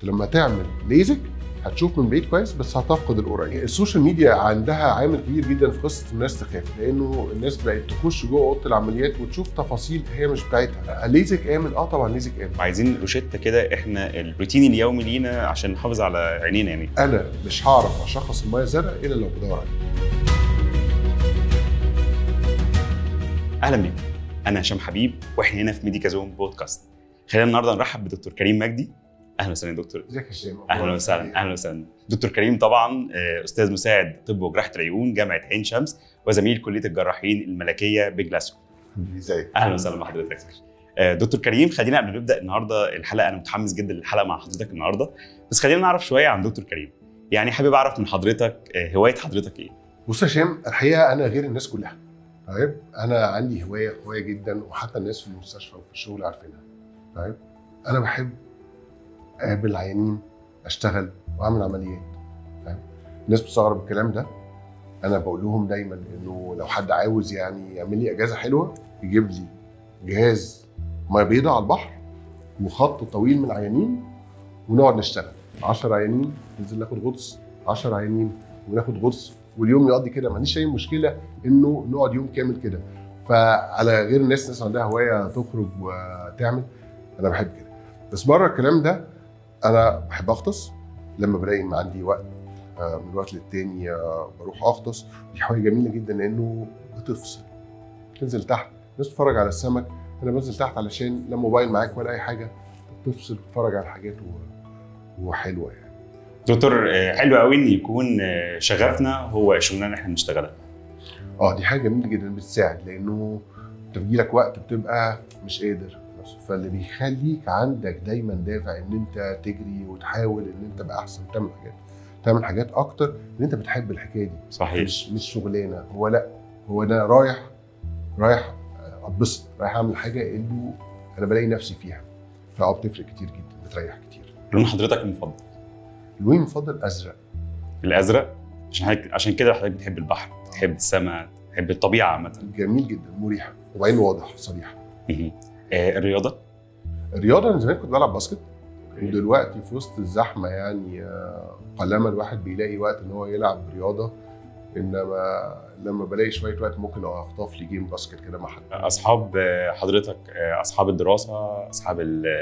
لما تعمل ليزك هتشوف من بعيد كويس بس هتفقد القريب. السوشيال ميديا عندها عامل كبير جدا في قصه الناس تخاف، لانه الناس بقت تخش جوه اوضه العمليات وتشوف تفاصيل هي مش بتاعتها. ليزك امن؟ طبعا ليزك امن. عايزين روشته كده احنا الروتين اليومي لينا عشان نحافظ على عينينا. يعني انا مش هعرف اشخص الميه الزرقاء الا لو بدور عليها. اهلا بيكم، انا هشام حبيب واحنا هنا في ميديكازون بودكاست. خلينا النهارده نرحب بدكتور كريم مجدي. اهلا وسهلا يا دكتور. ازيك يا هشام؟ اهلا وسهلا. اهلا وسهلا دكتور كريم. طبعا استاذ مساعد طب وجراحه العيون جامعه عين شمس وزميل كليه الجراحين الملكيه بجلاسكو. ازيك؟ اهلا وسهلا بحضرتك. دكتور كريم، خلينا قبل ما نبدا النهارده الحلقه، انا متحمس جدا للحلقه مع حضرتك النهارده، بس خلينا نعرف شويه عن دكتور كريم. يعني حابب اعرف من حضرتك هوايه حضرتك ايه؟ بص يا هشام، الحقيقه انا غير الناس كلها. طيب انا عندي هوايه قويه جدا وحتى الناس في المستشفى وفي الشغل عارفينها. طيب انا بحب اقابل العيانين، اشتغل واعمل عمليات. طيب الناس بتستغرب الكلام ده. انا بقول لهم دايما انه لو حد عاوز يعني يعمل لي اجازه حلوه يجيب لي جهاز ميه بيضاء على البحر وخط طويل من العيانين ونقعد نشتغل. 10 عيانين ننزل ناخد غطس، 10 عيانين وناخد غطس، واليوم يقضي كده. ما عنديش اي مشكله انه نقعد يوم كامل كده. فعلى غير الناس عندها هوايه تخرج وتعمل، انا بحب كده. بس بره الكلام ده انا بحب اغطس لما بلاقي ان عندي وقت. من وقت للتاني بروح اغطس. دي حاجه جميله جدا لانه بتفصل. تنزل تحت الناس تتفرج على السمك، انا بنزل تحت علشان لا موبايل معاك ولا اي حاجه، تفصل تتفرج على حاجات وحلوه يعني. دكتور، حلو قوي ان يكون شغفنا هو شغلنا اللي احنا بنشتغلها. دي حاجه جميله جدا بتساعد، لانه انت بيجيلك وقت بتبقى مش قادر، فاللي بيخليك عندك دايما دافع ان انت تجري وتحاول ان انت تبقى احسن، تعمل حاجات اكتر، ان انت بتحب الحكايه دي. صحيح. مش شغلانه، هو انا رايح اتبسط، رايح اعمل حاجه اللي انا بلاقي نفسي فيها. بتفرق كتير جدا، بتريح كتير. لون حضرتك المفضل؟ لوني المفضل ازرق. الازرق عشان كده حضرتك بتحب البحر، بتحب السماء، بتحب الطبيعه عامه. جميل جدا، مريح وبعدين واضح صريح. الرياضه انا زمان كنت بلعب باسكت، ودلوقتي في وسط الزحمه يعني قلما الواحد بيلاقي وقت ان هو يلعب رياضه، انما لما بلاقي شويه وقت ممكن اخطف لي جيم باسكت كده مع حد. اصحاب حضرتك، اصحاب الدراسه، اصحاب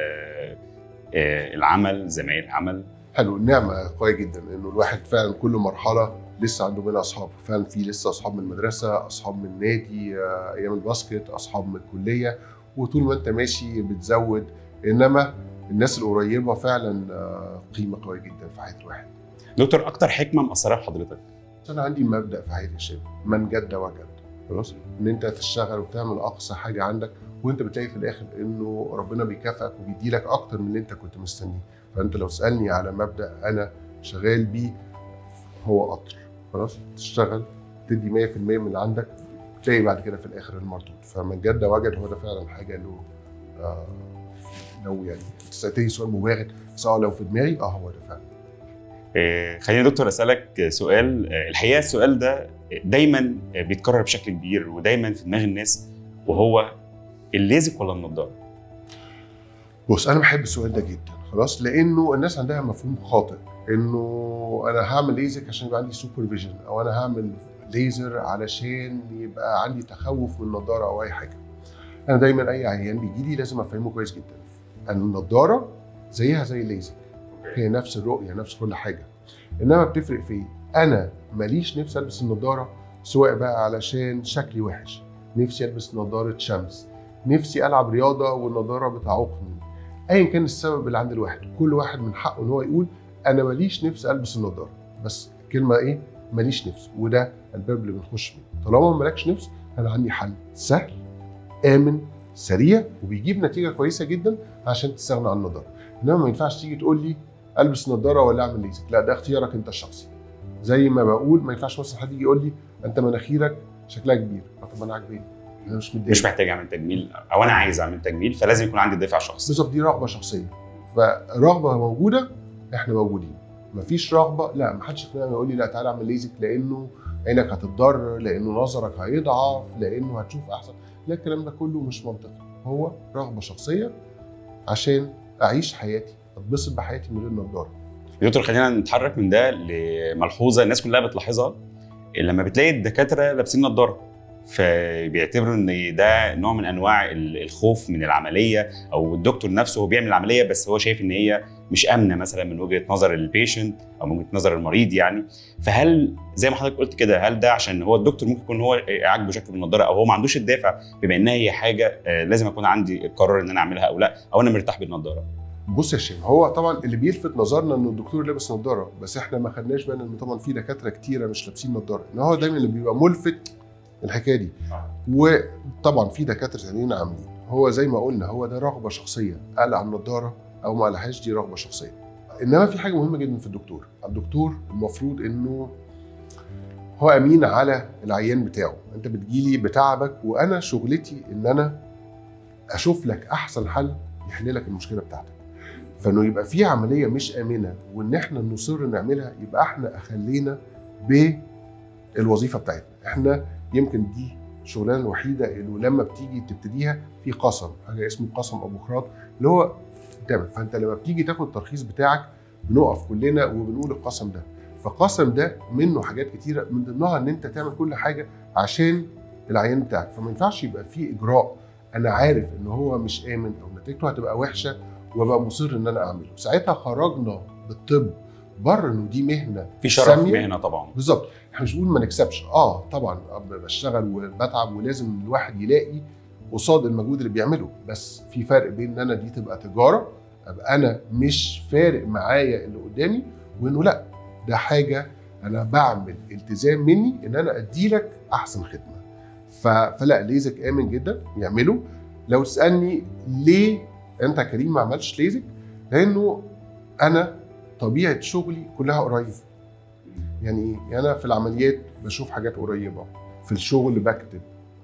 العمل، زمايل العمل؟ حلو، النعمه قويه جدا انه الواحد فعلا كل مرحله لسه عنده منها اصحاب. فعلا في لسه اصحاب من المدرسه، اصحاب من النادي ايام الباسكت، اصحاب من الكليه، وطول ما انت ماشي بتزود. انما الناس القريبه فعلا قيمه قويه جدا في حياه الواحد. دكتور، اكتر حكمه مأثره في حضرتك؟ انا عندي مبدا في حياتي الشاب، من جد وجد. خلاص، ان انت تشتغل وتعمل اقصى حاجه عندك، وانت بتلاقي في الاخر انه ربنا بيكافئك وبيديلك اكتر من اللي انت كنت مستنيه. فانت لو تسالني على مبدا انا شغال بيه، هو قطر. خلاص، تشتغل تدي 100% من اللي عندك، تلاقي بعد كده في الاخر المردود. فمن جد وجد هو ده فعلا حاجه له لو يعني تسالني سؤال مباغت سواء لو في دماغي هو ده فعلا. خليني دكتور اسالك سؤال. الحقيقه السؤال ده دايما بيتكرر بشكل كبير ودايما في دماغ الناس، وهو الليزك ولا النضاره؟ بص، انا بحب السؤال ده جدا. خلاص، لانه الناس عندها مفهوم خاطئ انه انا هعمل ليزك عشان يبقى عندي سوبرفيجن، او انا هعمل ليزر علشان يبقى عندي تخوف من النضاره او اي حاجه. انا دايما اي عيان بيجي لي لازم افهمه كويس جدا ان النضاره زيها زي الليزك، هي نفس الرؤيه، نفس كل حاجه. انما بتفرق في ايه؟ انا ماليش نفسي البس النضاره سواء بقى علشان شكلي وحش، نفسي البس نضاره شمس، نفسي العب رياضه والنضاره بتعوقني، ايا كان السبب اللي عند الواحد. كل واحد من حقه ان هو يقول انا ماليش نفسي البس النضاره. بس الكلمه ايه؟ ماليش نفس، وده الباب اللي بنخش منه. طالما مالكش نفس، انا عندي حل سهل امن سريع وبيجيب نتيجه كويسه جدا عشان تستغنى عن النضاره. انما ما ينفعش تيجي تقول لي البس نضاره ولا اعمل ليزك، لا، ده اختيارك انت الشخصي. زي ما بقول ما ينفعش مثلا حد يجي يقول لي انت مناخيرك شكلها كبير، طب انا عاجبني، انا مش محتاج اعمل تجميل، او انا عايز اعمل تجميل، فلازم يكون عندي دافع شخصي. بالظبط، دي رغبه شخصيه. فرغبه موجوده، احنا موجودين. مفيش رغبه، لا، ما حدش يقول لي لا تعالى اعمل ليزك لانه عينك هتتضرر، لانه نظرك هيضعف، لانه هتشوف احسن. لا، الكلام ده كله مش منطقي. هو رغبه شخصيه عشان اعيش حياتي اتبسط بحياتي من غير نضاره. دكتور خلينا نتحرك من ده لملحوظه الناس كلها بتلاحظها، لما بتلاقي الدكاتره لابسين نظاره فبيعتبروا ان ده نوع من انواع الخوف من العمليه، او الدكتور نفسه هو بيعمل العمليه بس هو شايف ان هي مش امنه مثلا من وجهه نظر البيشنت او من وجهه نظر المريض يعني. فهل زي ما حضرتك قلت كده، هل ده عشان هو الدكتور ممكن يكون هو عاجبه شكل النضاره، او هو ما عندوش الدافع بما انها هي حاجه لازم اكون عندي القرار ان انا اعملها او لا، او انا مرتاح بالنضاره؟ بص يا شيخ، هو طبعا اللي بيلفت نظرنا انه الدكتور لابس نظاره، بس احنا ما خدناش بالنا ان طبعا في دكاتره كتيره مش لابسين نظاره، ان هو دايما اللي بيبقى ملفت الحكايه دي. وطبعا في دكاتره ثانيين عاملين، هو زي ما قلنا هو ده رغبه شخصيه، قلع النضاره او ما قلعهاش دي رغبه شخصيه. انما في حاجه مهمه جدا في الدكتور المفروض انه هو امين على العيان بتاعه. انت بتجيلي بتعبك وانا شغلتي ان انا اشوف لك احسن حل يحل لك المشكله بتاعتك. فانه يبقى في عمليه مش امنه وان احنا نصر نعملها، يبقى احنا اخلينا بالوظيفه بتاعتنا. احنا يمكن دي الشغلانه الوحيده اللي لما بتيجي تبتديها في قسم، حاجه اسمه قسم ابو خراط اللي هو تمام. فانت لما بتيجي تاخد الترخيص بتاعك بنقف كلنا وبنقول القسم ده. فالقسم ده منه حاجات كتيره، من ضمنها ان انت تعمل كل حاجه عشان العيان بتاعك. فما ينفعش يبقى في اجراء انا عارف ان هو مش امن او نتيجته هتبقى وحشه وابقى مصر ان انا اعمله. ساعتها خرجنا بالطب بره انه دي مهنه في شرف مهنه طبعا. بالظبط، احنا مش بنقول ما نكسبش، طبعا بشتغل وبتعب ولازم الواحد يلاقي قصاد المجهود اللي بيعمله، بس في فرق بين ان انا دي تبقى تجاره، ابقى انا مش فارق معايا اللي قدامي، وانه لا ده حاجه انا بعمل التزام مني ان انا ادي لك احسن خدمه. فلا ليزك امن جدا يعمله. لو تسالني ليه انت يا كريم ما عملتش ليزك، لانه انا طبيعه شغلي كلها قريب. يعني انا في العمليات بشوف حاجات قريبه، في الشغل بكتب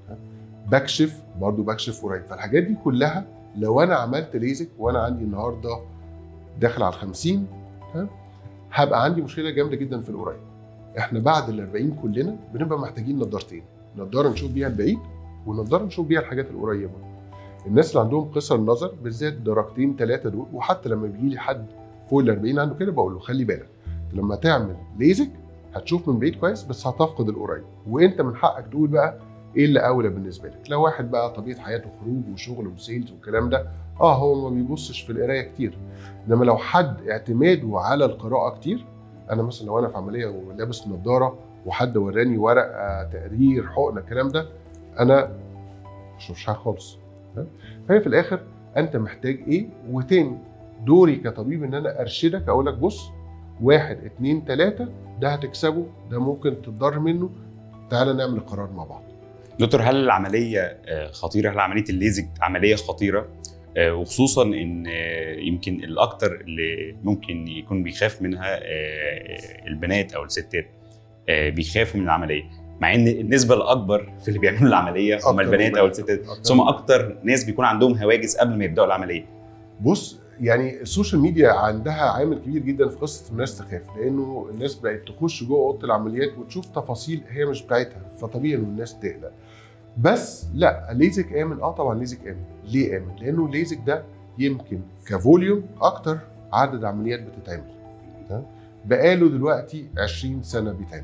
بكشف برضو بكشف قريب. فالحاجات دي كلها لو انا عملت ليزك وانا عندي النهارده داخل على 50 هبقى عندي مشكله جامده جدا في القريب. احنا بعد ال 40 كلنا بنبقى محتاجين نضارتين، نضاره نشوف بيها البعيد ونضاره نشوف بيها الحاجات القريبه. الناس اللي عندهم قصر النظر بالذات درجتين 3 دول، وحتى لما بيجي لي حد فوق ال 40 عنده كده بقول له خلي بالك لما تعمل ليزك هتشوف من بعيد كويس بس هتفقد القريب، وانت من حقك تقول بقى ايه اللي اولى بالنسبه لك. لو واحد بقى طبيعه حياته خروج وشغل وسيلز والكلام ده هو ما بيبصش في القرايه كتير. انما لو حد اعتماده على القراءه كتير، انا مثلا لو انا في عمليه ولابس نظاره وحد وراني ورقه تقرير حقنه الكلام ده، انا مش حاجه خالص. فهي في الاخر انت محتاج ايه، وتاني دوري كطبيب ان انا ارشدك اقول لك بص 1 2 3 ده هتكسبه، ده ممكن تتضر منه، تعالى نعمل القرار مع بعض. دكتور هل العمليه خطيره؟ هل عمليه الليزك عمليه خطيره؟ وخصوصا ان يمكن الاكثر اللي ممكن يكون بيخاف منها البنات او الستات بيخافوا من العمليه، مع ان النسبه الاكبر في اللي بيعملوا العمليه هم البنات او الستات، هم اكتر ناس بيكون عندهم هواجس قبل ما يبداوا العمليه. بص يعني السوشيال ميديا عندها عامل كبير جدا في قصه الناس تخاف، لانه الناس بقت تخش جوه اوضه العمليات وتشوف تفاصيل هي مش بتاعتها، فطبيعي ان الناس تقلق. بس لا ليزك امن، طبعا ليزك امن. ليه امن؟ لانه الليزك ده يمكن كفوليوم اكتر عدد عمليات بتتعمل، بقاله دلوقتي 20 سنه بيتعمل.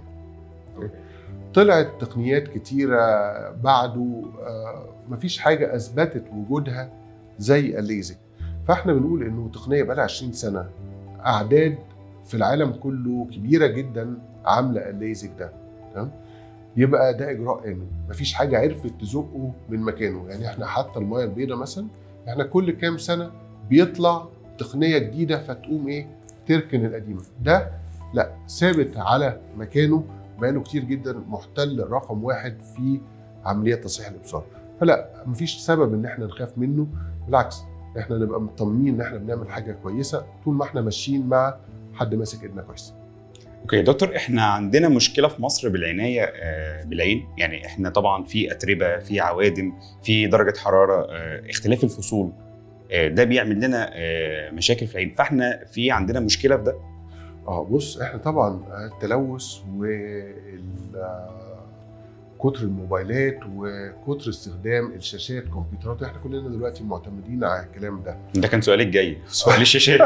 طلعت تقنيات كتيره بعده، مفيش حاجه اثبتت وجودها زي الليزك. فاحنا بنقول انه تقنيه بقى لها 20 سنه، اعداد في العالم كله كبيره جدا عامله الليزك ده، تمام؟ يبقى ده اجراء امن، مفيش حاجه عرفت تزقه من مكانه. يعني احنا حتى الميه البيضاء مثلا احنا كل كام سنه بيطلع تقنيه جديده فتقوم تركن القديمه. ده لا ثابت على مكانه بقاله كتير جدا، محتل رقم 1 في عمليات تصحيح الابصار. فلا مفيش سبب ان احنا نخاف منه، بالعكس احنا نبقى مطمنين ان احنا بنعمل حاجه كويسه طول ما احنا ماشيين مع حد ماسك ايدنا كويس. اوكي دكتور، احنا عندنا مشكله في مصر بالعنايه بالعين. يعني احنا طبعا في اتربه، في عوادم، في درجه حراره، اختلاف الفصول، ده بيعمل لنا مشاكل في العين. فاحنا في عندنا مشكله في ده. بص احنا طبعا التلوث وكل كتر الموبايلات وكتر استخدام الشاشات كمبيوترات، احنا كلنا دلوقتي معتمدين على الكلام ده كان سؤالي الجاي، سؤال الشاشات.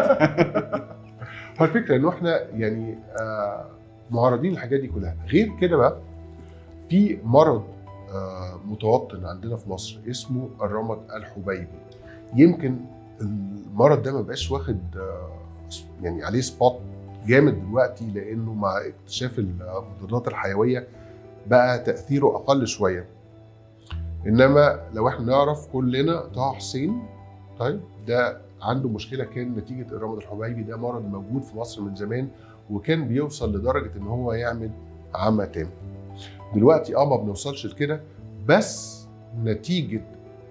هو الفكره انه احنا يعني معرضين للحاجات دي كلها. غير كده بقى في مرض متوطن عندنا في مصر اسمه الرمد الحبيبي. يمكن المرض ده ما بقاش واخد يعني عليه سبوت جامد دلوقتي، لانه مع اكتشاف المضادات الحيويه بقى تاثيره اقل شويه. انما لو احنا نعرف كلنا طه حسين، طيب ده عنده مشكله كان نتيجه الرمد الحبيبي. ده مرض موجود في مصر من زمان، وكان بيوصل لدرجه ان هو يعمل عمى تام. دلوقتي ما بنوصلش لكده، بس نتيجه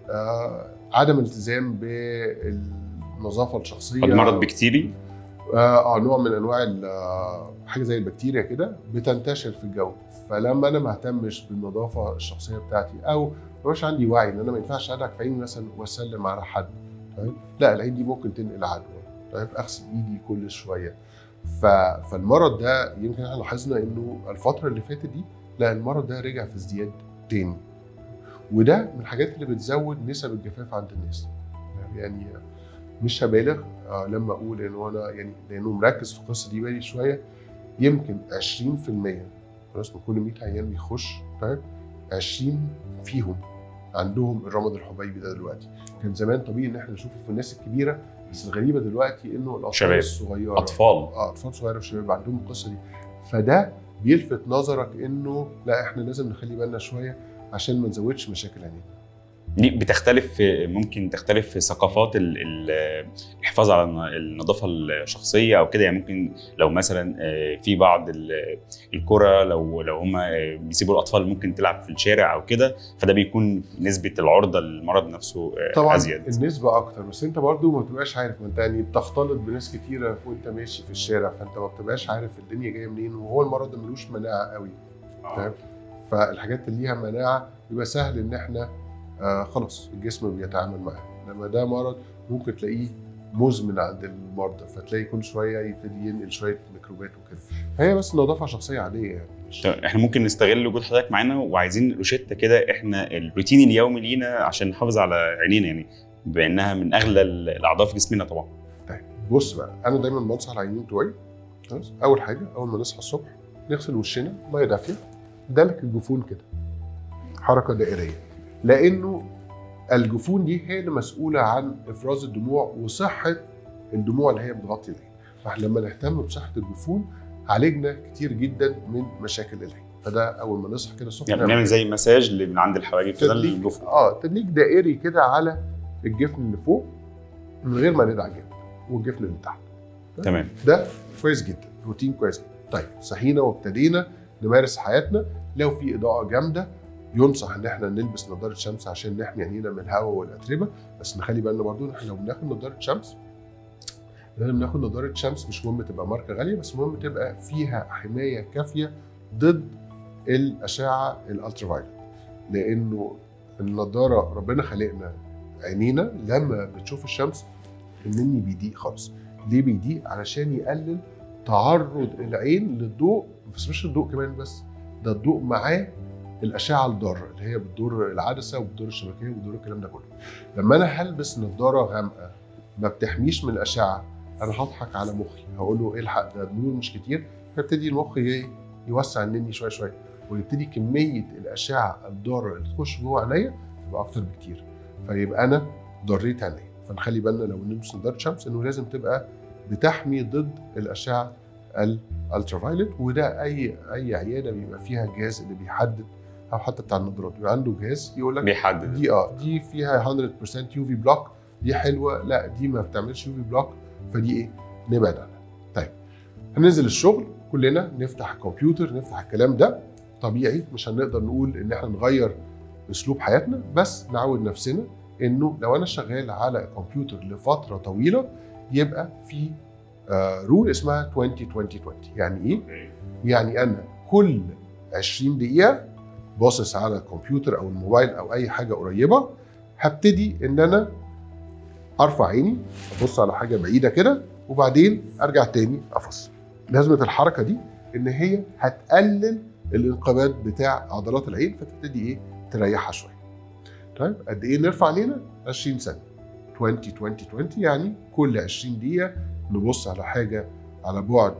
عدم التزام بالنظافه الشخصيه. مرض بكتيري، نوع من انواع حاجه زي البكتيريا كده بتنتشر في الجو. فلما انا ما اهتمش بالنظافه الشخصيه بتاعتي، او مش عندي وعي ان انا ما ينفعش ادعك في عيني مثلا واسلم على حد، طيب لا، العين دي ممكن تنقل عدوى، طيب اغسل ايدي كل شويه. فالمرض ده يمكن احنا لاحظنا انه الفتره اللي فاتت دي لا، المرض ده رجع في ازدياد تاني، وده من الحاجات اللي بتزود نسب الجفاف عند الناس. يعني مش هبالغ لما اقول انه انا يعني لانه مركز في القصه دي بالي شويه، يمكن 20% خلاص من كل 100 عيان بيخش، طيب 20 فيهم عندهم الرمد الحبيبي ده دلوقتي. كان زمان طبيعي ان احنا نشوفه في الناس الكبيره، بس الغريبه دلوقتي انه الاطفال الصغيره، اطفال صغيره وشباب عندهم القصه دي. فده بيلفت نظرك انه لا، احنا لازم نخلي بالنا شويه عشان ما نزودش مشاكل عينينا. دي بتختلف، ممكن تختلف في ثقافات الحفاظ على النظافه الشخصيه او كده. يعني ممكن لو مثلا في بعض الكرة لو هم بيسيبوا الاطفال ممكن تلعب في الشارع او كده، فده بيكون نسبه العرضه للمرض نفسه طبعا ازيد. النسبه اكتر، بس انت برضو ما بتبقاش عارف، ما انت يعني بتختلط بناس كتيره وانت ماشي في الشارع، فانت ما بتبقاش عارف الدنيا جايه منين، وهو المرض ده ملوش مناعه قوي. فالحاجات اللي ليها مناعه بيبقى سهل ان احنا خلاص الجسم بيتعامل معاه. لما ده مرض ممكن تلاقيه مزمن عند المرضى، فتلاقي كل شويه يبتدي ينقل شويه ميكروبات وكده. فهي بس نظافه شخصيه عاديه يعني. احنا ممكن نستغل وجود حضرتك معانا، وعايزين روشته كده احنا الروتين اليومي لينا عشان نحافظ على عينينا، يعني بانها من اغلى الاعضاء في جسمنا طبعا. طيب بص بقى، انا دايما بنصح العيانين بتوعي خلاص، اول حاجه اول ما نصحى الصبح نغسل وشنا ميه دافيه، دلك الجفون كده حركه دائريه، لانه الجفون دي هي اللي مسؤوله عن افراز الدموع وصحه الدموع اللي هي بتغطي العين. فاحنا لما نهتم بصحه الجفون عالجنا كتير جدا من مشاكل العين. فده اول ما نصحى كده الصبح يعني نعمل زي مساج اللي من عند الحواجب كده للجفون، تدليك دائري كده على الجفن اللي فوق من غير ما ندعك جامد، والجفن اللي تحت. تمام، ده كويس جدا، روتين كويس جدا. طيب صحينا وابتدينا نمارس حياتنا. لو في اضاءه جامده ينصح ان احنا نلبس نظاره شمس عشان نحمي عينينا من الهواء والاتربه، بس نخلي بالنا برضو ان احنا لو بناخد نظاره شمس لازم ناخد نظاره شمس مش مهم تبقى ماركه غاليه، بس مهم تبقى فيها حمايه كافيه ضد الاشعه الالترافايولت، لانه النظاره ربنا خلقنا عينينا لما بتشوف الشمس النني بيضيق خالص. ليه بيضيق؟ علشان يقلل تعرض العين للضوء، بس مش الضوء كمان، بس ده الضوء معاه الاشعه الضاره اللي هي بتضر العدسه وبتضر الشبكيه وبتضر الكلام ده كله. لما انا هلبس نظاره غامقه ما بتحميش من الاشعه، انا هضحك على مخي، هقول له الحق ده النور مش كتير، فيبتدي المخ يوسع النني شويه شويه، ويبتدي كميه الاشعه الضاره اللي تخش جوه عينيا تبقى اكتر بكتير، فيبقى انا ضريت عينيا. فنخلي بالنا لو نلبس نظاره شمس انه لازم تبقى بتحمي ضد الاشعه الالترافايولت. وده اي عياده بيبقى فيها الجهاز اللي بيحدد، او حتى بتاع النظارات بيبقى عنده جهاز يقول لك بيحدد دي فيها 100% يو في بلوك، دي حلوه، لا دي ما بتعملش يو في بلوك، فدي نبعد عنها. طيب هننزل الشغل كلنا نفتح الكمبيوتر نفتح الكلام ده طبيعي، مش هنقدر نقول ان احنا نغير اسلوب حياتنا، بس نعود نفسنا انه لو انا شغال على الكمبيوتر لفتره طويله يبقى في رول اسمها 20-20-20. يعني ايه؟ يعني انا كل 20 دقيقه باصص على الكمبيوتر او الموبايل او اي حاجه قريبه، هبتدي ان انا ارفع عيني ابص على حاجه بعيده كده وبعدين ارجع تاني افصل. لازمه الحركه دي ان هي هتقلل الانقباض بتاع عضلات العين، فتبتدي ايه تريحها شويه. طيب قد ايه نرفع عينينا؟ 20 ثانيه 20 20 20 يعني كل 20 دقيقه نبص على حاجه على بعد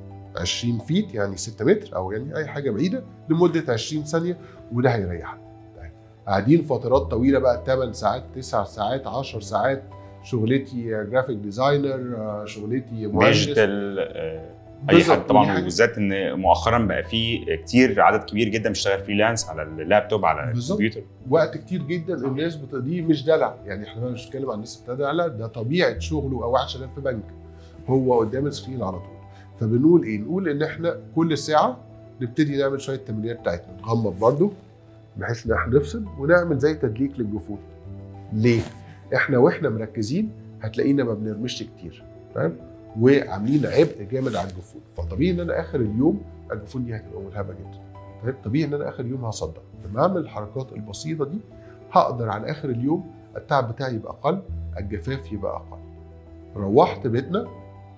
20 فيت يعني 6 متر او يعني اي حاجه بعيده لمده 20 ثانيه، وده هيريحنا. طيب قاعدين فترات طويله بقى 8 ساعات 9 ساعات 10 ساعات، شغلتي جرافيك ديزاينر، شغلتي مهندس ديجيتال، اي حد طبعا، وبالذات ان مؤخرا بقى في كتير عدد كبير جدا بيشتغل فريلانس على اللابتوب على الكمبيوتر. وقت كتير جدا الناس بتقضيه مش دلع، يعني احنا مش بنتكلم عن الناس بتدلع، لا ده طبيعه شغله، او واحد شغال في بنك هو قدام السكرين على طول. فبنقول ايه؟ نقول ان احنا كل ساعه نبتدي نعمل شويه تمرينات بتاعتنا، نغمض برده بحيث ان احنا نفصل ونعمل زي تدليك للجفون. ليه؟ احنا واحنا مركزين هتلاقينا ما بنرمش كتير، تمام؟ وعاملين عبء جامد على الجفون، فطبيعي ان انا اخر اليوم الجفون دي هتبقى ملهبه جدا. طيب طبيعي ان انا اخر اليوم هصدع، لما اعمل الحركات البسيطه دي هقدر على اخر اليوم التعب بتاعي يبقى اقل، الجفاف يبقى اقل. روحت بيتنا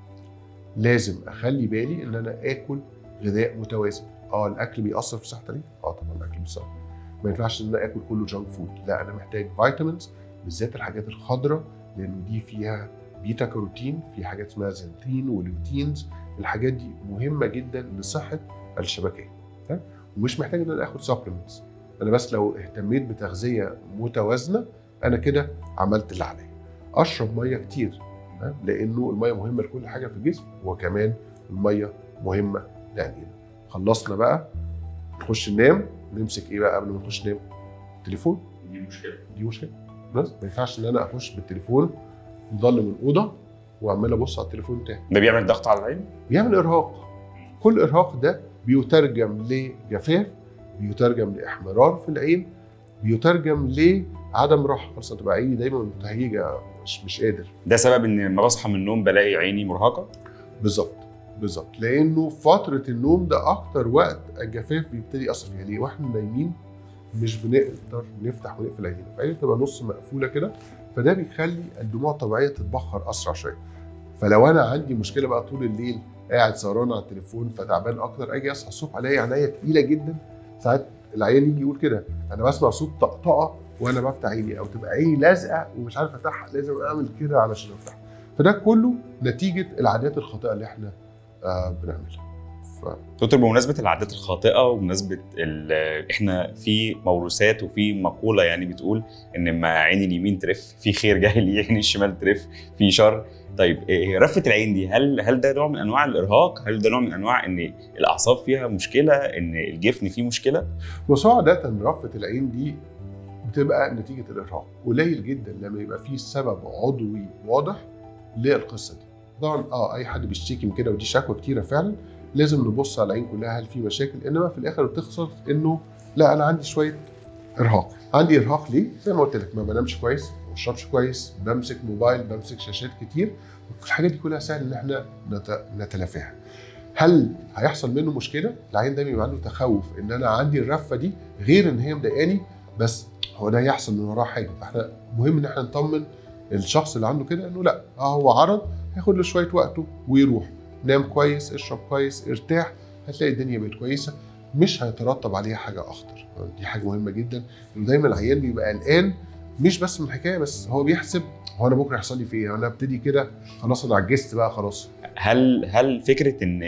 لازم اخلي بالي ان انا اكل غذاء متوازن. الاكل بيأثر في صحه العين؟ طبعا الاكل بيأثر. ما ينفعش ان انا اكل كله جانك فود، لا انا محتاج فيتامينز، بالذات الحاجات الخضراء لانه دي فيها بيتا كاروتين، في حاجات اسمها زنتين وليوتينز، الحاجات دي مهمه جدا لصحه الشبكيه. ومش محتاج ان انا اخد سبلمنتس، انا بس لو اهتميت بتغذيه متوازنه انا كده عملت اللي عليا. اشرب ميه كتير لانه الميه مهمه لكل حاجه في الجسم، وكمان الميه مهمه لعينينا. خلصنا بقى نخش ننام، نمسك ايه بقى قبل ما نخش ننام؟ التليفون. دي مشكله بس ما ينفعش ان انا اخش بالتليفون مضلم الاوضه وعمال ابص على التليفون بتاعي. ده بيعمل ضغط على العين؟ بيعمل ارهاق. كل ارهاق ده بيترجم لجفاف، بيترجم لاحمرار في العين، بيترجم لعدم راحه، خلاص تبقى عيني دايما متهيجه، مش قادر. ده سبب ان لما بصحى من النوم بلاقي عيني مرهقه؟ بالظبط لانه فتره النوم ده اكتر وقت الجفاف بيبتدي ياثر فيها. ليه؟ واحنا نايمين مش بنقدر نفتح ونقفل عينينا، فعيني بتبقى نص مقفوله كده، فده بيخلي الدموع الطبيعيه تتبخر اسرع شويه. فلو انا عندي مشكله بقى طول الليل قاعد سهران على التليفون فتعبان اكتر، اجي اصحى الصبح الاقي عينيا تقيله جدا. ساعات العيان يجي يقول كده انا بسمع صوت طقطقه وانا بفتح عيني، او تبقى عيني لازقه ومش عارف افتحها، لازم اعمل كده علشان افتحها. فده كله نتيجه العادات الخاطئه اللي احنا بنعملها. دكتور، بمناسبه العادات الخاطئه وبمناسبه احنا في موروثات وفي مقوله يعني بتقول ان ما عين اليمين ترف في خير جاي لي، عين الشمال ترف في شر. طيب رفه العين دي هل ده نوع من انواع الارهاق؟ هل ده نوع من انواع ان الاعصاب فيها مشكله، ان الجفن فيه مشكله؟ بص، هو عاده رفه العين دي بتبقى نتيجه الارهاق، قليل جدا لما يبقى فيه سبب عضوي واضح للقصه دي. طبعا اي حد بيشتكي من كده ودي شكوى كتيره فعلا، لازم نبص على العين كلها هل في مشاكل، انما في الاخر بتخسر انه لا انا عندي شويه ارهاق. عندي ارهاق ليه؟ زي ما قلت لك، ما بنامش كويس، ما بشربش كويس، بمسك موبايل، بمسك شاشات كتير. الحاجات دي كلها سهل ان احنا نتلافاها. هل هيحصل منه مشكله؟ العين دايما يبقى عنده تخوف ان انا عندي الرفه دي غير ان هي مضايقاني، بس هو ده هيحصل من وراه حاجه. فاحنا مهم ان احنا نطمن الشخص اللي عنده كده انه لا، هو عرض هياخد له شويه وقته ويروح. نام كويس، اشرب كويس، ارتاح، هتلاقي الدنيا بقت كويسه، مش هيترتب عليها حاجه اخطر. دي حاجه مهمه جدا، انه دايما العيان بيبقى قلقان مش بس من الحكايه، بس هو بيحسب هو انا بكره هيحصل لي في ايه؟ انا ابتدي كده خلاص انا عجزت بقى خلاص. هل فكره ان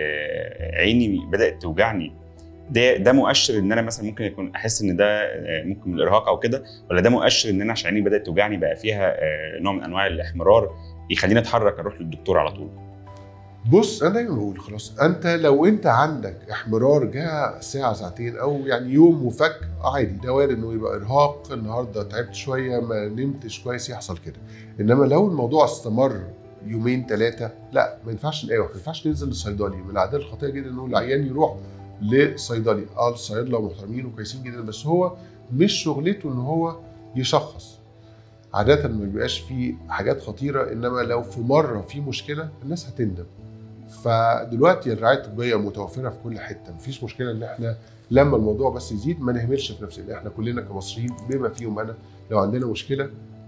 عيني بدات توجعني ده مؤشر ان انا مثلا ممكن يكون احس ان ده ممكن من الارهاق او كده، ولا ده مؤشر ان انا عشان عيني بدات توجعني بقى فيها نوع من انواع الاحمرار يخليني اتحرك اروح للدكتور على طول؟ بص، انا دايما بقول خلاص، لو انت عندك احمرار جاء ساعه ساعتين او يعني يوم وفك، عادي، ده وارد انه يبقى ارهاق، النهارده تعبت شويه ما نمتش كويس يحصل كده. انما لو الموضوع استمر يومين ثلاثه، لا ما ينفعش نقاوح، ما ينفعش ننزل للصيدلي. من العادات الخاطئه جدا انه العيان يروح لصيدلي. الصيادله محترمين وكويسين جدا، بس هو مش شغلته ان هو يشخص. عاده ما بيبقاش فيه حاجات خطيره، انما لو في مره في مشكله الناس هتندم. فدلوقتي الرعايه الطبيه متوفره في كل حته، مفيش مشكله ان احنا لما الموضوع بس يزيد ما نهملش في نفسنا. احنا كلنا كمصريين بما فيهم انا لو عندنا مشكله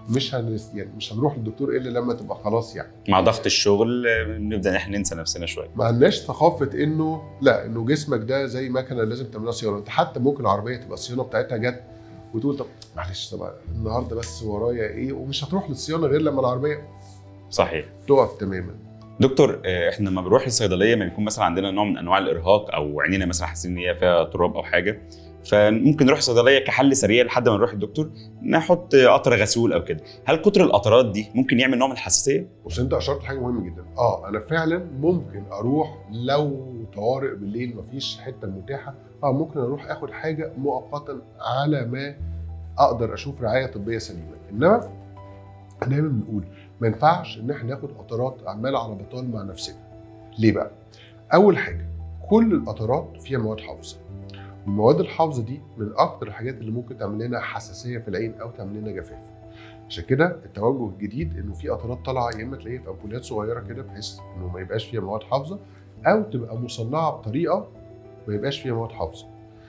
يعني مش هنروح للدكتور الا لما تبقى خلاص يعني مع ضغط الشغل نبدا احنا ننسى نفسنا شويه. ما عندناش ثقافه انه لا، انه جسمك ده زي مكنه لازم تعملها صيانه. انت حتى ممكن العربيه تبقى الصيانه بتاعتها جت وتقول طب معلش طبعا النهارده بس ورايا ايه، ومش هتروح للصيانه غير لما العربيه صحيح تقف تماما. دكتور، احنا لما بنروح للصيدليه ما بيكون مثلا عندنا نوع من انواع الارهاق او عينينا مثلا حاسين ان هي فيها تراب او حاجه، فممكن نروح الصيدليه كحل سريع لحد ما نروح للدكتور نحط قطره غسول او كده. هل كتر القطرات دي ممكن يعمل نوع من الحساسيه؟ بص انت اشرت حاجه مهمه جدا. انا فعلا ممكن اروح لو طوارئ بالليل مفيش حته متاحه، ممكن اروح اخد حاجه مؤقتا على ما اقدر اشوف رعايه طبيه سليمه. انما دايما بنقول ما ينفعش ان احنا ناخد قطرات عماله على بطال مع نفسنا. ليه بقى؟ اول حاجه كل القطرات فيها مواد حافظه، والمواد الحافظه دي من اكتر الحاجات اللي ممكن تعمل لنا حساسيه في العين او تعمل لنا جفاف. عشان كده التوجه الجديد انه في قطرات طالعه يا اما تلاقيها في امبولات صغيره كده بحيث انه ما يبقاش فيها مواد حافظه، او تبقى مصنعه بطريقه ما يبقاش فيها مواد حافظه.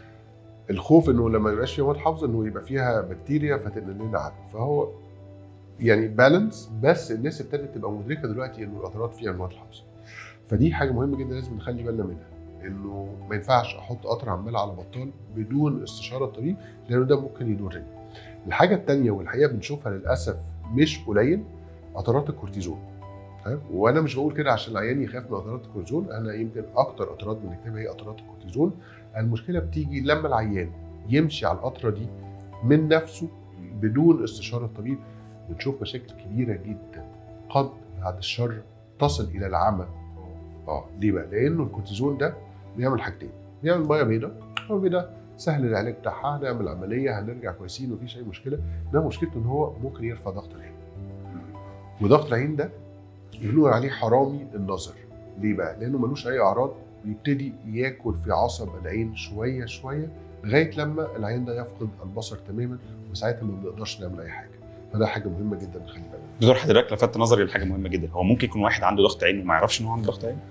الخوف انه لما يبقاش فيها مواد حافظه انه يبقى فيها بكتيريا فتنقل لنا عدوى. فهو يعني بالانس، بس الناس ابتدت تبقى مدركه دلوقتي انه القطرات فيها مواد حافظه. فدي حاجه مهمه جدا لازم نخلي بالنا منها، انه ما ينفعش احط قطره عماله على بطال بدون استشاره الطبيب، لانه ده ممكن يضرني. الحاجه الثانيه والحقيقه بنشوفها للاسف مش قليل، قطرات الكورتيزون. وانا مش بقول كده عشان العيان يخاف من قطرات الكورتيزون، انا يمكن اكتر قطرات بنكتبها هي قطرات الكورتيزون. المشكله بتيجي لما العيان يمشي على القطره دي من نفسه بدون استشاره الطبيب، بنشوف مشاكل كبيره جدا قد بعد الشر تصل الى العمى. ليه بقى؟ لانه الكورتيزون ده بيعمل حاجتين، بيعمل ميه بيضاء، الميه البيضاء سهل العلاج بتاعها، هنعمل عمليه هنرجع كويسين ومفيش اي مشكله. ده مشكلته ان هو ممكن يرفع ضغط العين، وضغط العين ده بنقول عليه حرامي النظر. ليه بقى؟ لانه ملوش اي اعراض، ويبتدي ياكل في عصب العين شويه شويه لغايه لما العين ده يفقد البصر تماما، وساعتها ما بنقدرش نعمل اي حاجه. فده حاجه مهمه جدا نخلي بالنا. دكتور حضرتك لفت نظري لحاجه مهمه جدا، هو ممكن يكون واحد عنده ضغط عين وما يعرفش ان هو عنده ضغط عين؟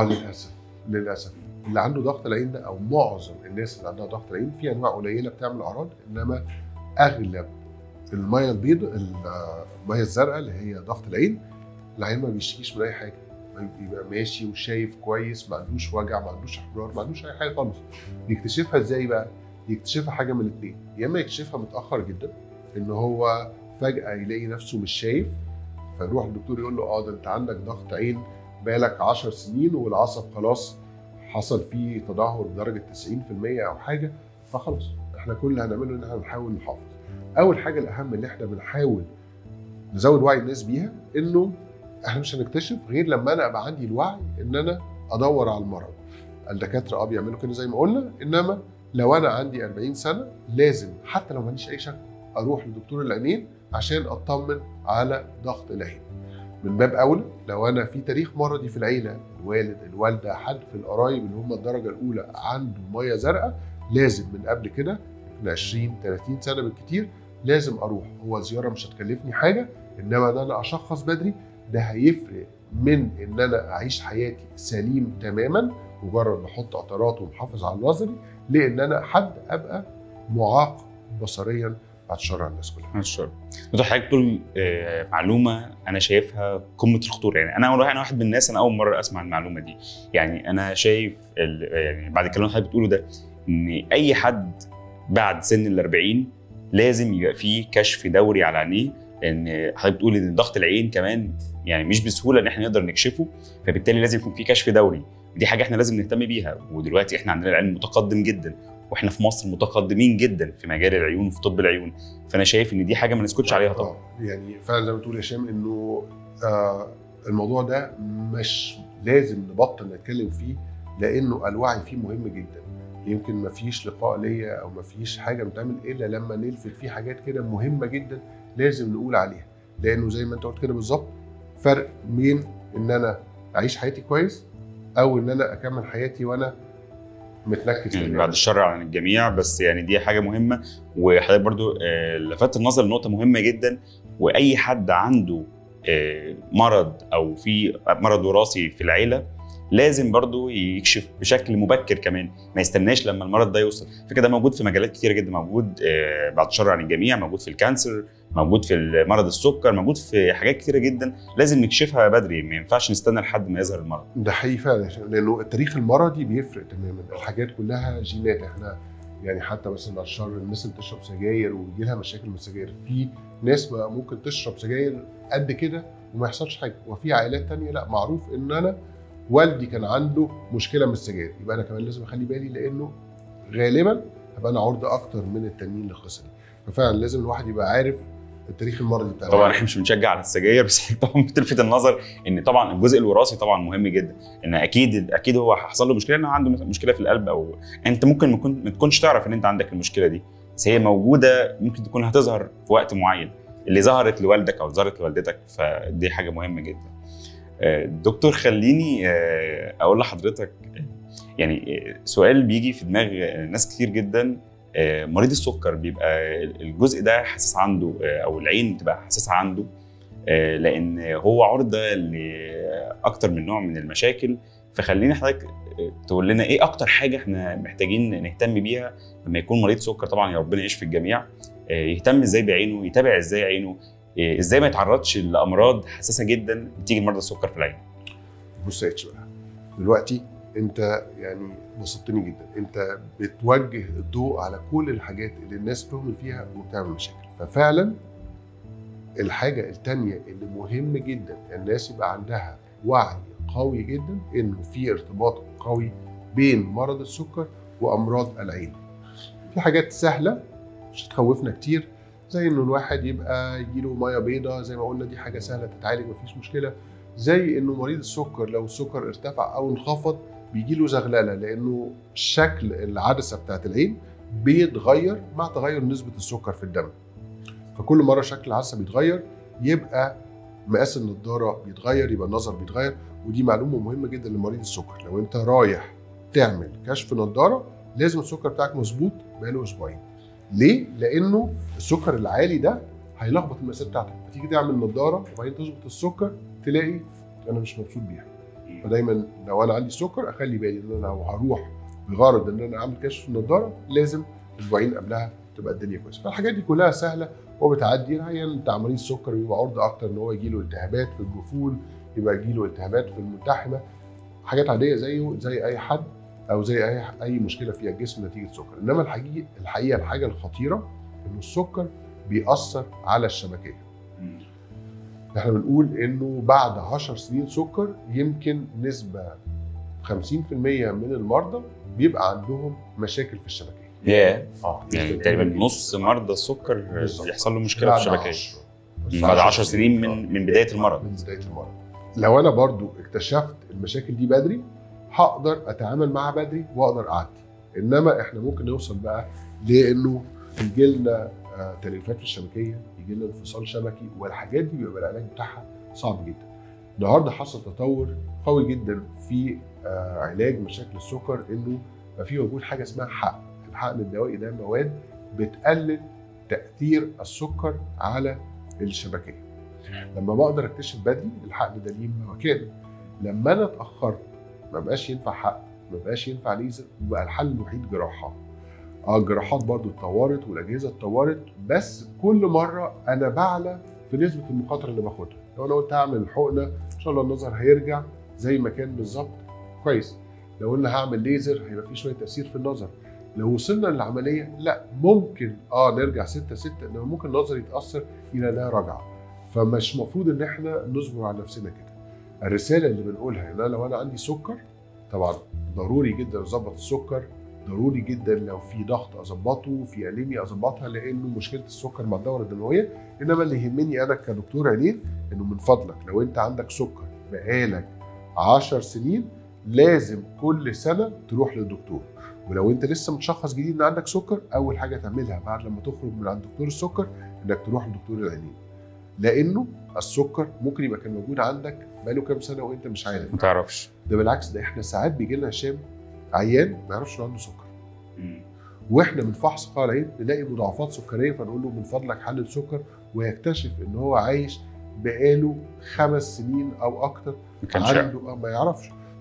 للاسف اللي عنده ضغط العين ده، او معظم الناس اللي عندها ضغط العين، في انواع قليله بتعمل اعراض، انما اغلب الميه البيضاء، الميه الزرقاء اللي هي ضغط العين، العين ما بيشتكيش من اي حاجه، بيبقى ماشي وشايف كويس، ما عندوش وجع، ما عندوش احمرار، ما عندوش اي حاجه خالص. يكتشفها ازاي بقى؟ يكتشفها حاجه من الاثنين، يا اما يكتشفها متاخر جدا، ان هو فجاه يلاقي نفسه مش شايف، فيروح الدكتور يقول له ده انت عندك ضغط عين بقالك 10 سنين والعصب خلاص حصل فيه تدهور بدرجه 90% او حاجه، فخلاص احنا كل اللي هنعمله ان احنا نحاول نحافظ. اول حاجه الاهم اللي احنا بنحاول نزود وعي الناس بيها، انه احنا مش هنكتشف غير لما انا ابقى عندي الوعي ان انا ادور على المرض. الدكاتره بيعملوا كده زي ما قلنا، انما لو انا عندي 40 سنه لازم حتى لو ما عنديش اي شك اروح لدكتور العينين عشان اطمن على ضغط العين. من باب اولى لو انا في تاريخ مرضي في العيله، الوالد الوالده حد في القرايب اللي هم الدرجه الاولى عنده ميه زرقاء، لازم من قبل كده من 20 30 سنه بالكتير لازم اروح. هو زياره مش هتكلفني حاجه، انما ان انا اشخص بدري ده هيفرق من ان انا اعيش حياتي سليم تماما مجرد بحط قطرات ومحافظ على نظري، لان انا حد ابقى معاق بصريا بعد الشر على الناس كلها. بعد الشر. دكتور حضرتك بتقول معلومه انا شايفها قمه الخطوره، يعني انا واحد من الناس، انا اول مره اسمع المعلومه دي. يعني انا شايف يعني بعد الكلام اللي حضرتك بتقوله ده ان اي حد بعد سن ال40 لازم يبقى فيه كشف دوري على عينيه، لان حضرتك بتقول ان ضغط العين كمان يعني مش بسهوله ان احنا نقدر نكشفه، فبالتالي لازم يكون في كشف دوري، ودي حاجه احنا لازم نهتم بيها. ودلوقتي احنا عندنا العلم متقدم جدا، واحنا في مصر متقدمين جدا في مجال العيون وفي طب العيون، فانا شايف ان دي حاجه ما نسكتش عليها طبعا. يعني فعلا زي ما بتقول يا هشام انه الموضوع ده مش لازم نبطل نتكلم فيه، لانه الوعي فيه مهم جدا. يمكن ما فيش لقاء ليا او ما فيش حاجه بتعمل الا لما نلفت فيه حاجات كده مهمه جدا لازم نقول عليها، لانه زي ما انت قلت كده بالظبط، فرق بين ان انا اعيش حياتي كويس او ان انا اكمل حياتي وانا متنكد. يعني بعد الشر عن الجميع، بس يعني دي حاجه مهمه. وحضرتك برضو لفت النظر لنقطه مهمه جدا، واي حد عنده مرض او في مرض وراثي في العيله لازم برضو يكشف بشكل مبكر كمان، ما يستناش لما المرض ده يوصل. فكده ده موجود في مجالات كتيره جدا، موجود بعد الشر عن الجميع، موجود في الكانسر، موجود في مرض السكر، موجود في حاجات كتيره جدا لازم نكشفها بدري، ما ينفعش نستنى لحد ما يظهر المرض. ده حقيقي فعلا، لانه التاريخ المرضي بيفرق تماما، الحاجات كلها جينات. احنا يعني حتى مثلا بعد الشر الناس اللي بتشرب سجاير ويجي لها مشاكل من السجاير، في ناس ممكن تشرب سجاير قد كده وما يحصلش حاجه، وفي عائلات تانية لا، معروف ان انا والدي كان عنده مشكله من السجاير، يبقى انا كمان لازم اخلي بالي، لانه غالبا هبقى انا عرضه اكتر من التانيين للقصه دي. ففعلا لازم الواحد يبقى عارف التاريخ المرضي بتاعه. طبعا احنا مش بنشجع على السجاير، بس طبعا بتلفت النظر ان طبعا الجزء الوراثي طبعا مهم جدا، ان اكيد هو حصل له مشكله، انه عنده مشكله في القلب، او انت ممكن ما تكونش تعرف ان انت عندك المشكله دي، بس هي موجوده، ممكن تكون هتظهر في وقت معين، اللي ظهرت لوالدك او ظهرت لوالدتك، فدي حاجه مهمه جدا. دكتور، خليني اقول لحضرتك يعني سؤال بيجي في دماغ ناس كتير جدا. مريض السكر بيبقى الجزء ده حساس عنده، او العين بتبقى حساسه عنده، لان هو عرضه لاكتر من نوع من المشاكل. فخليني حضرتك تقول لنا ايه اكتر حاجه احنا محتاجين نهتم بيها لما يكون مريض سكر، طبعا يا ربنا يشفي الجميع، يهتم ازاي بعينه، يتابع ازاي عينه، ازاي ما يتعرضش لامراض حساسه جدا بتيجي لمرضى السكر في العين. بص يا اتش بقى، دلوقتي انت يعني بسطتني جدا، انت بتوجه الضوء على كل الحاجات اللي الناس بتهمل فيها وبتعمل مشاكل. ففعلا الحاجه الثانيه اللي مهم جدا الناس يبقى عندها وعي قوي جدا، انه في ارتباط قوي بين مرض السكر وامراض العين. في حاجات سهله مش هتخوفنا كتير، زي انه الواحد يبقى يجيله ميه بيضاء، زي ما قلنا دي حاجه سهله تتعالج مفيش مشكله. زي انه مريض السكر لو السكر ارتفع او انخفض بيجيله زغلله، لانه شكل العدسه بتاعت العين بيتغير مع تغير نسبه السكر في الدم. فكل مره شكل العدسه بيتغير يبقى مقاس النضاره بيتغير، يبقى النظر بيتغير. ودي معلومه مهمه جدا لمريض السكر، لو انت رايح تعمل كشف نضاره لازم السكر بتاعك مظبوط بقاله اسبوعين. ليه؟ لانه السكر العالي ده هيلخبط المقاسات بتاعتك، هتيجي تعمل نضاره وبعدين تظبط السكر تلاقي انا مش مبسوط بيها. فدايما لو انا عندي سكر اخلي بالي ان انا لو هروح بغرض ان انا اعمل كشف النضاره لازم اسبوعين قبلها تبقى الدنيا كويسه. فالحاجات دي كلها سهله وبتعدي. العيان بتاع مريض السكر بيبقى عرضه اكتر ان هو يجيله التهابات في الجفون، يبقى يجيله التهابات في الملتحمه، حاجات عاديه زي اي حد، او زي اي مشكله في الجسم نتيجه سكر. انما الحقيقه الحاجه الخطيره انه السكر بيأثر على الشبكيه. احنا بنقول انه بعد 10 سنين سكر يمكن نسبه 50% من المرضى بيبقى عندهم مشاكل في الشبكيه. يعني تقريبا نص مرضى السكر بيحصل له مشكله في الشبكيه بعد 10 سنين من بدايه المرض. لو انا برضو اكتشفت المشاكل دي بدري هقدر اتعامل معها بدري واقدر اعدي. انما احنا ممكن نوصل بقى لانه يجي لنا تليفات في الشبكيه، يجي لنا انفصال شبكي، والحاجات دي بيبقى العلاج بتاعها صعب جدا. النهارده حصل تطور قوي جدا في علاج مشاكل السكر، انه بقى في وجود حاجه اسمها حقن. الحقن الدوائي ده مواد بتقلل تاثير السكر على الشبكيه. لما بقدر اكتشف بدري الحقن ده ليه مكانه. لما انا اتاخرت ما بقاش ينفع حقن، ما بقاش ينفع ليزر، وبقى الحل الوحيد جراحات. الجراحات برضو اتطورت والاجهزه اتطورت، بس كل مره انا بعلى في نسبه المخاطره اللي باخدها. لو انا قلت هعمل حقنه ان شاء الله النظر هيرجع زي ما كان بالظبط كويس. لو قلنا هعمل ليزر هيبقى في شويه تاثير في النظر. لو وصلنا للعمليه لا ممكن نرجع 6/6، انما ممكن النظر يتاثر الى لا رجعه. فمش مفروض ان احنا نصبر على نفسنا كده. الرساله اللي بنقولها ان انا لو انا عندي سكر طبعا ضروري جدا اظبط السكر، ضروري جدا لو في ضغط اظبطه، في انيميا اظبطها، لانه مشكله السكر مع الدوره الدمويه. انما اللي يهمني انا كدكتور عينين انه من فضلك لو انت عندك سكر بقالك 10 سنين لازم كل سنه تروح للدكتور. ولو انت لسه متشخص جديد ان عندك سكر، اول حاجه تعملها بعد لما تخرج من عند دكتور السكر انك تروح لدكتور العينين، لانه السكر ممكن يبقى كان موجود عندك بقاله كام سنه وانت مش عارف، ما تعرفش. ده بالعكس، ده احنا ساعات بيجي لنا هشام عيان ما يعرفش انه عنده سكر، واحنا من فحص قاع العين نلاقي مضاعفات سكريه، فنقول له من فضلك حلل سكر، ويكتشف ان هو عايش بقاله 5 سنين او اكتر عنده ما يعرفش.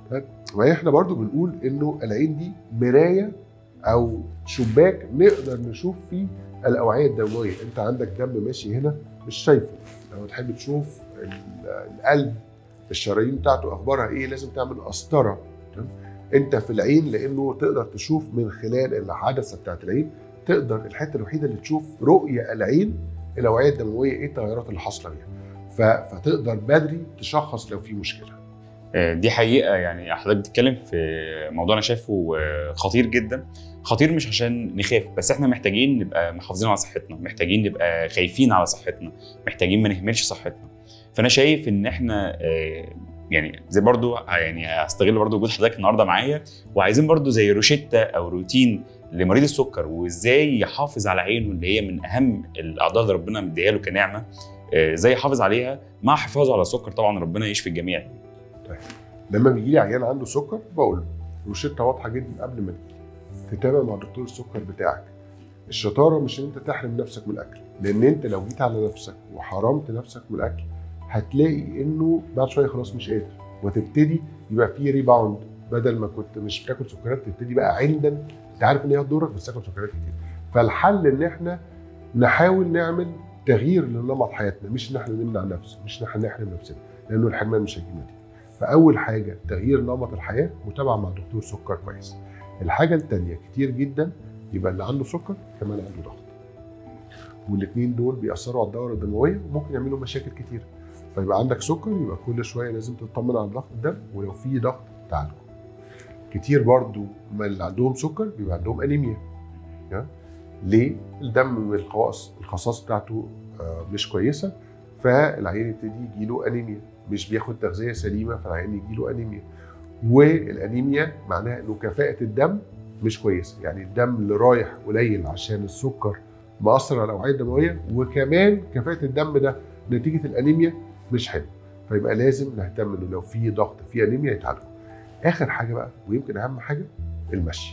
واحنا برضو بنقول انه العين دي مرايه او شباك نقدر نشوف فيه الاوعيه الدمويه. انت عندك دم ماشي هنا مش شايفه، لو تحب تشوف القلب الشرايين بتاعته اخبارها ايه لازم تعمل قسطره. انت في العين لانه تقدر تشوف من خلال العدسه بتاعت العين، تقدر الحته الوحيده اللي تشوف رؤيه العين الاوعيه الدمويه ايه التغيرات اللي حاصله بيها، فتقدر بدري تشخص لو في مشكله. دي حقيقه. يعني حضرتك بتتكلم في موضوع انا شايفه خطير جدا. خطير مش عشان نخاف، بس احنا محتاجين نبقى محافظين على صحتنا، محتاجين نبقى خايفين على صحتنا، محتاجين ما نهملش صحتنا. فانا شايف ان احنا يعني زي برضو يعني هستغل برضو وجود حضرتك النهارده معايا، وعايزين برضو زي روشتة او روتين لمريض السكر وازاي يحافظ على عينه اللي هي من اهم الاعضاء اللي ربنا مديها له كنعمه، ازاي يحافظ عليها مع حفاظه على السكر. طبعا ربنا يشفي الجميع. طيب لما بيجي لي عيان عنده سكر بقول له روشتة واضحه جدا قبل ما تتابع مع دكتور السكر بتاعك. الشطاره مش ان انت تحرم نفسك من الاكل، لان انت لو جيت على نفسك وحرمت نفسك من الاكل هتلاقي انه بعد شويه خلاص مش قادر، وتبتدي يبقى في ريباوند. بدل ما كنت مش بتاكل سكريات تبتدي بقى عندا انت عارف ان هي هتضرك بس تاكل سكريات كتير. فالحل ان احنا نحاول نعمل تغيير لنمط حياتنا، مش ان احنا نمنع نفسنا، مش ان احنا نحرم نفسنا، لانه الحرمان مش هيجيب نتيجه. فاول حاجه تغيير نمط الحياه، متابعه مع دكتور سكر كويس. الحاجه الثانيه كتير جدا يبقى اللي عنده سكر كمان عنده ضغط، والاثنين دول بيأثروا على الدوره الدمويه وممكن يعملوا مشاكل كتير. فيبقى عندك سكر يبقى كل شويه لازم تطمن على ضغط الدم، ولو في ضغط تعالجه. كتير برضو من اللي عندهم سكر بيبقى عندهم انيميا. ليه؟ الدم من الخصائص بتاعته مش كويسه، فالعيان يبتدي يجيله انيميا، مش بياخد تغذيه سليمه فالعيان يجيله انيميا. والانيميا معناها انه كفاءه الدم مش كويسه، يعني الدم اللي رايح قليل عشان السكر مأثر على الاوعيه الدمويه، وكمان كفاءه الدم ده نتيجه الانيميا مش حلو. فيبقى لازم نهتم انه لو في ضغط في انيميا يتعالجوا. اخر حاجه بقى ويمكن اهم حاجه المشي.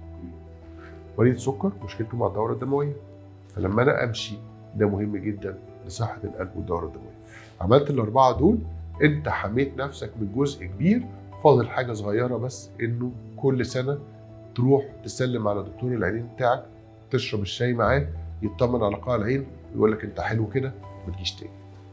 مريض السكر مشكلته مع الدوره الدمويه، فلما انا امشي ده مهم جدا لصحه القلب والدوره الدمويه. عملت الاربعه دول انت حميت نفسك من جزء كبير. فاضل حاجه صغيره بس، انه كل سنه تروح تسلم على دكتور العينين بتاعك، تشرب الشاي معاه، يطمن على قاع العين ويقول لك انت حلو كده ما تجيش تاني.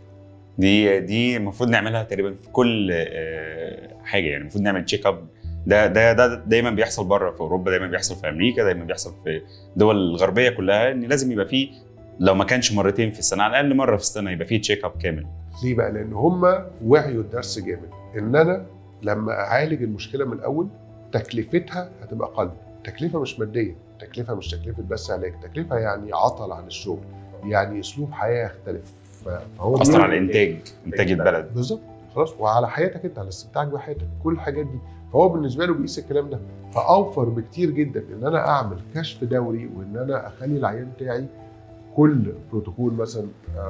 دي المفروض نعملها تقريبا في كل حاجه. يعني المفروض نعمل تشيك اب. ده دايما بيحصل بره في اوروبا، دايما بيحصل في امريكا، دايما بيحصل في الدول الغربيه كلها، ان لازم يبقى فيه لو ما كانش مرتين في السنه على الاقل مره في السنه يبقى فيه تشيك اب كامل. ليه بقى؟ لان هم وعيوا الدرس جامد ان انا لما اعالج المشكله من الاول تكلفتها هتبقى اقل. تكلفه مش ماديه، تكلفه مش تكلفه بس علاج، تكلفه يعني عطل عن الشغل، يعني اسلوب حياه يختلف. فهو اثر على انتاج البلد بالظبط. خلاص، وعلى حياتك انت، على استمتاعك بحياتك، كل الحاجات دي. فهو بالنسبه له بيقيس الكلام ده. فاوفر بكتير جدا ان انا اعمل كشف دوري، وان انا اخلي العيان بتاعي كل بروتوكول مثلا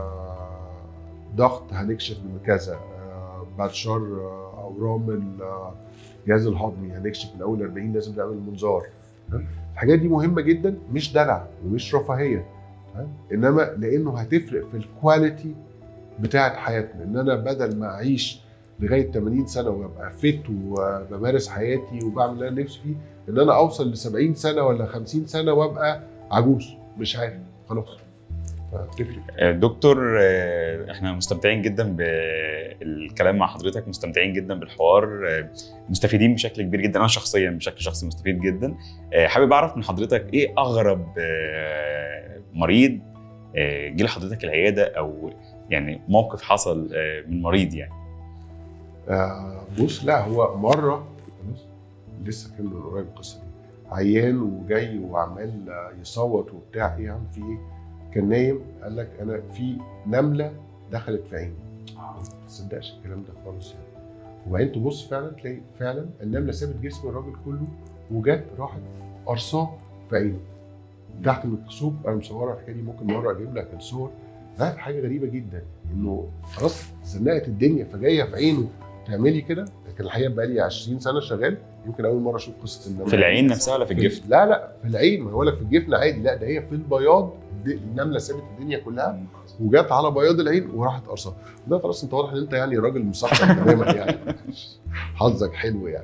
ضغط هنكشف من كذا، بعد شهر اورام الجهاز الهضمي هنكشف من اول 40 لازم نعمل منظار. الحاجات دي مهمه جدا، مش دلع ومش رفاهيه، انما لانه هتفرق في الكواليتي بتاعت حياتنا. ان انا بدل ما اعيش لغايه 80 سنه وابقى فت وبمارس حياتي وبعمل اللي انا نفسي فيه، ان انا اوصل ل 70 سنه ولا 50 سنه وابقى عجوز مش عارف خلاص. دكتور، احنا مستمتعين جدا بالكلام مع حضرتك، مستمتعين جدا بالحوار، مستفيدين بشكل كبير جدا. انا شخصيا بشكل شخصي مستفيد جدا. حابب اعرف من حضرتك ايه اغرب مريض جه لحضرتك العياده، او يعني موقف حصل من مريض يعني. بص، لا هو مره لسه كان من قريب القصه دي، عيان وجاي وعمال يصوت وبتاع، ايه يا عم في ايه؟ كان نايم، قال لك انا في نمله دخلت في عيني. ما تصدقش الكلام ده خالص يعني. وبعدين تبص فعلا تلاقي فعلا النمله سابت جسم الراجل كله وجت راحت قرصاه في عينه تحت الميكروسكوب. انا مصورها الحكايه دي، ممكن مره اجيب لك الصور. ده حاجه غريبه جدا انه خلاص زنقت الدنيا فجايه في عينه تعملي كده. لكن الحقيقه بقى لي 20 سنه شغال، يمكن اول مره اشوف قصه النمله في العين نفسها ولا في الجفن؟ لا في العين. ما هقول لك في الجفن عادي، لا ده هي في البياض. النمله سابت الدنيا كلها وجت على بياض العين وراحت قرصها. ده خلاص انت واضح ان انت يعني راجل مثقف تماما يعني، حظك حلو يعني.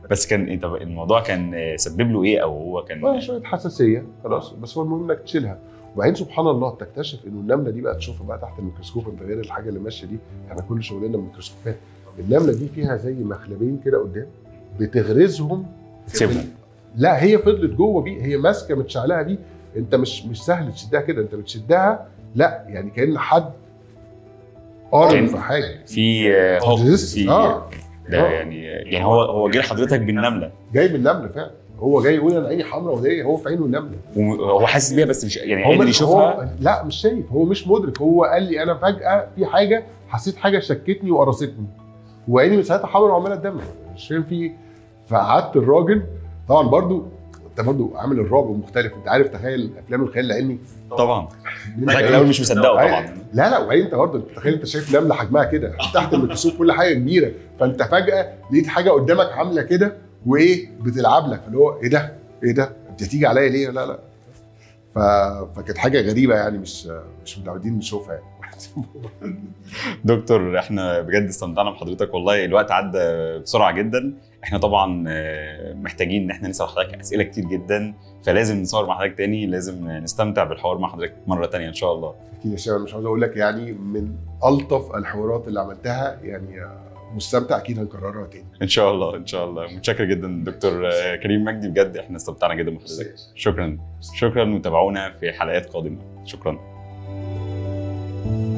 بس كان طب الموضوع كان سبب له ايه، او هو كان شويه حساسيه خلاص، بس هو المهم انك تشيلها. وبعدين سبحان الله تكتشف انه النمله دي بقى تشوفها بقى تحت الميكروسكوب، انت غير الحاجه اللي ماشيه دي، احنا كل شغلنا ميكروسكوبات. النمله دي فيها زي مخلبين كده قدام بتغرزهم، تسيبهم. لا هي فضلت جوه بيه، هي ماسكه متشعلقه بيه، انت مش سهل تشدها كده، انت بتشدها لا يعني كأن حد قارن في حاجه في هوك في ده يعني هو جه لحضرتك بالنمله، جاي بالنمله فعلا، هو جاي يقول انا عيني حمراء وهي هو في عينه النمله، وهو حاسس بيها بس مش يعني هو قادر يشوفها. لا مش شايف، هو مش مدرك، هو قال لي انا فجاه في حاجه حسيت حاجه شكتني وقرصتني وعيني من ساعتها حمراء وعماله تدمع، مش فاهم في ايه. فقعدت الراجل طبعا برضو انت برضو عامل الرعب مختلف، انت عارف تخيل افلام الخيال العلمي طبعا الاول مش مصدقه طبعا. لا وبعدين انت برضه تخيل انت شايف نمله حجمها كده تحت الميكروسكوب كل حاجه كبيره، فانت فجاه لقيت حاجه قدامك عامله كده وايه بتلعب لك، اللي هو ايه ده انت هتيجي عليا ليه؟ لا فكانت حاجه غريبه يعني مش متعودين نشوفها يعني. دكتور احنا بجد استمتعنا بحضرتك والله، الوقت عدى بسرعه جدا. احنا طبعا محتاجين ان احنا نسال حضرتك اسئله كتير جدا، فلازم نصور مع حضرتك تاني، لازم نستمتع بالحوار مع حضرتك مره تانيه ان شاء الله. اكيد يا شباب، مش عاوز اقول لك يعني من الطف الحوارات اللي عملتها، يعني مستمتع، اكيد هنكررها تاني ان شاء الله. ان شاء الله. متشكر جدا دكتور كريم مجدي، بجد احنا استمتعنا جدا بحضرتك. شكرا وتابعونا في حلقات قادمه. شكرا.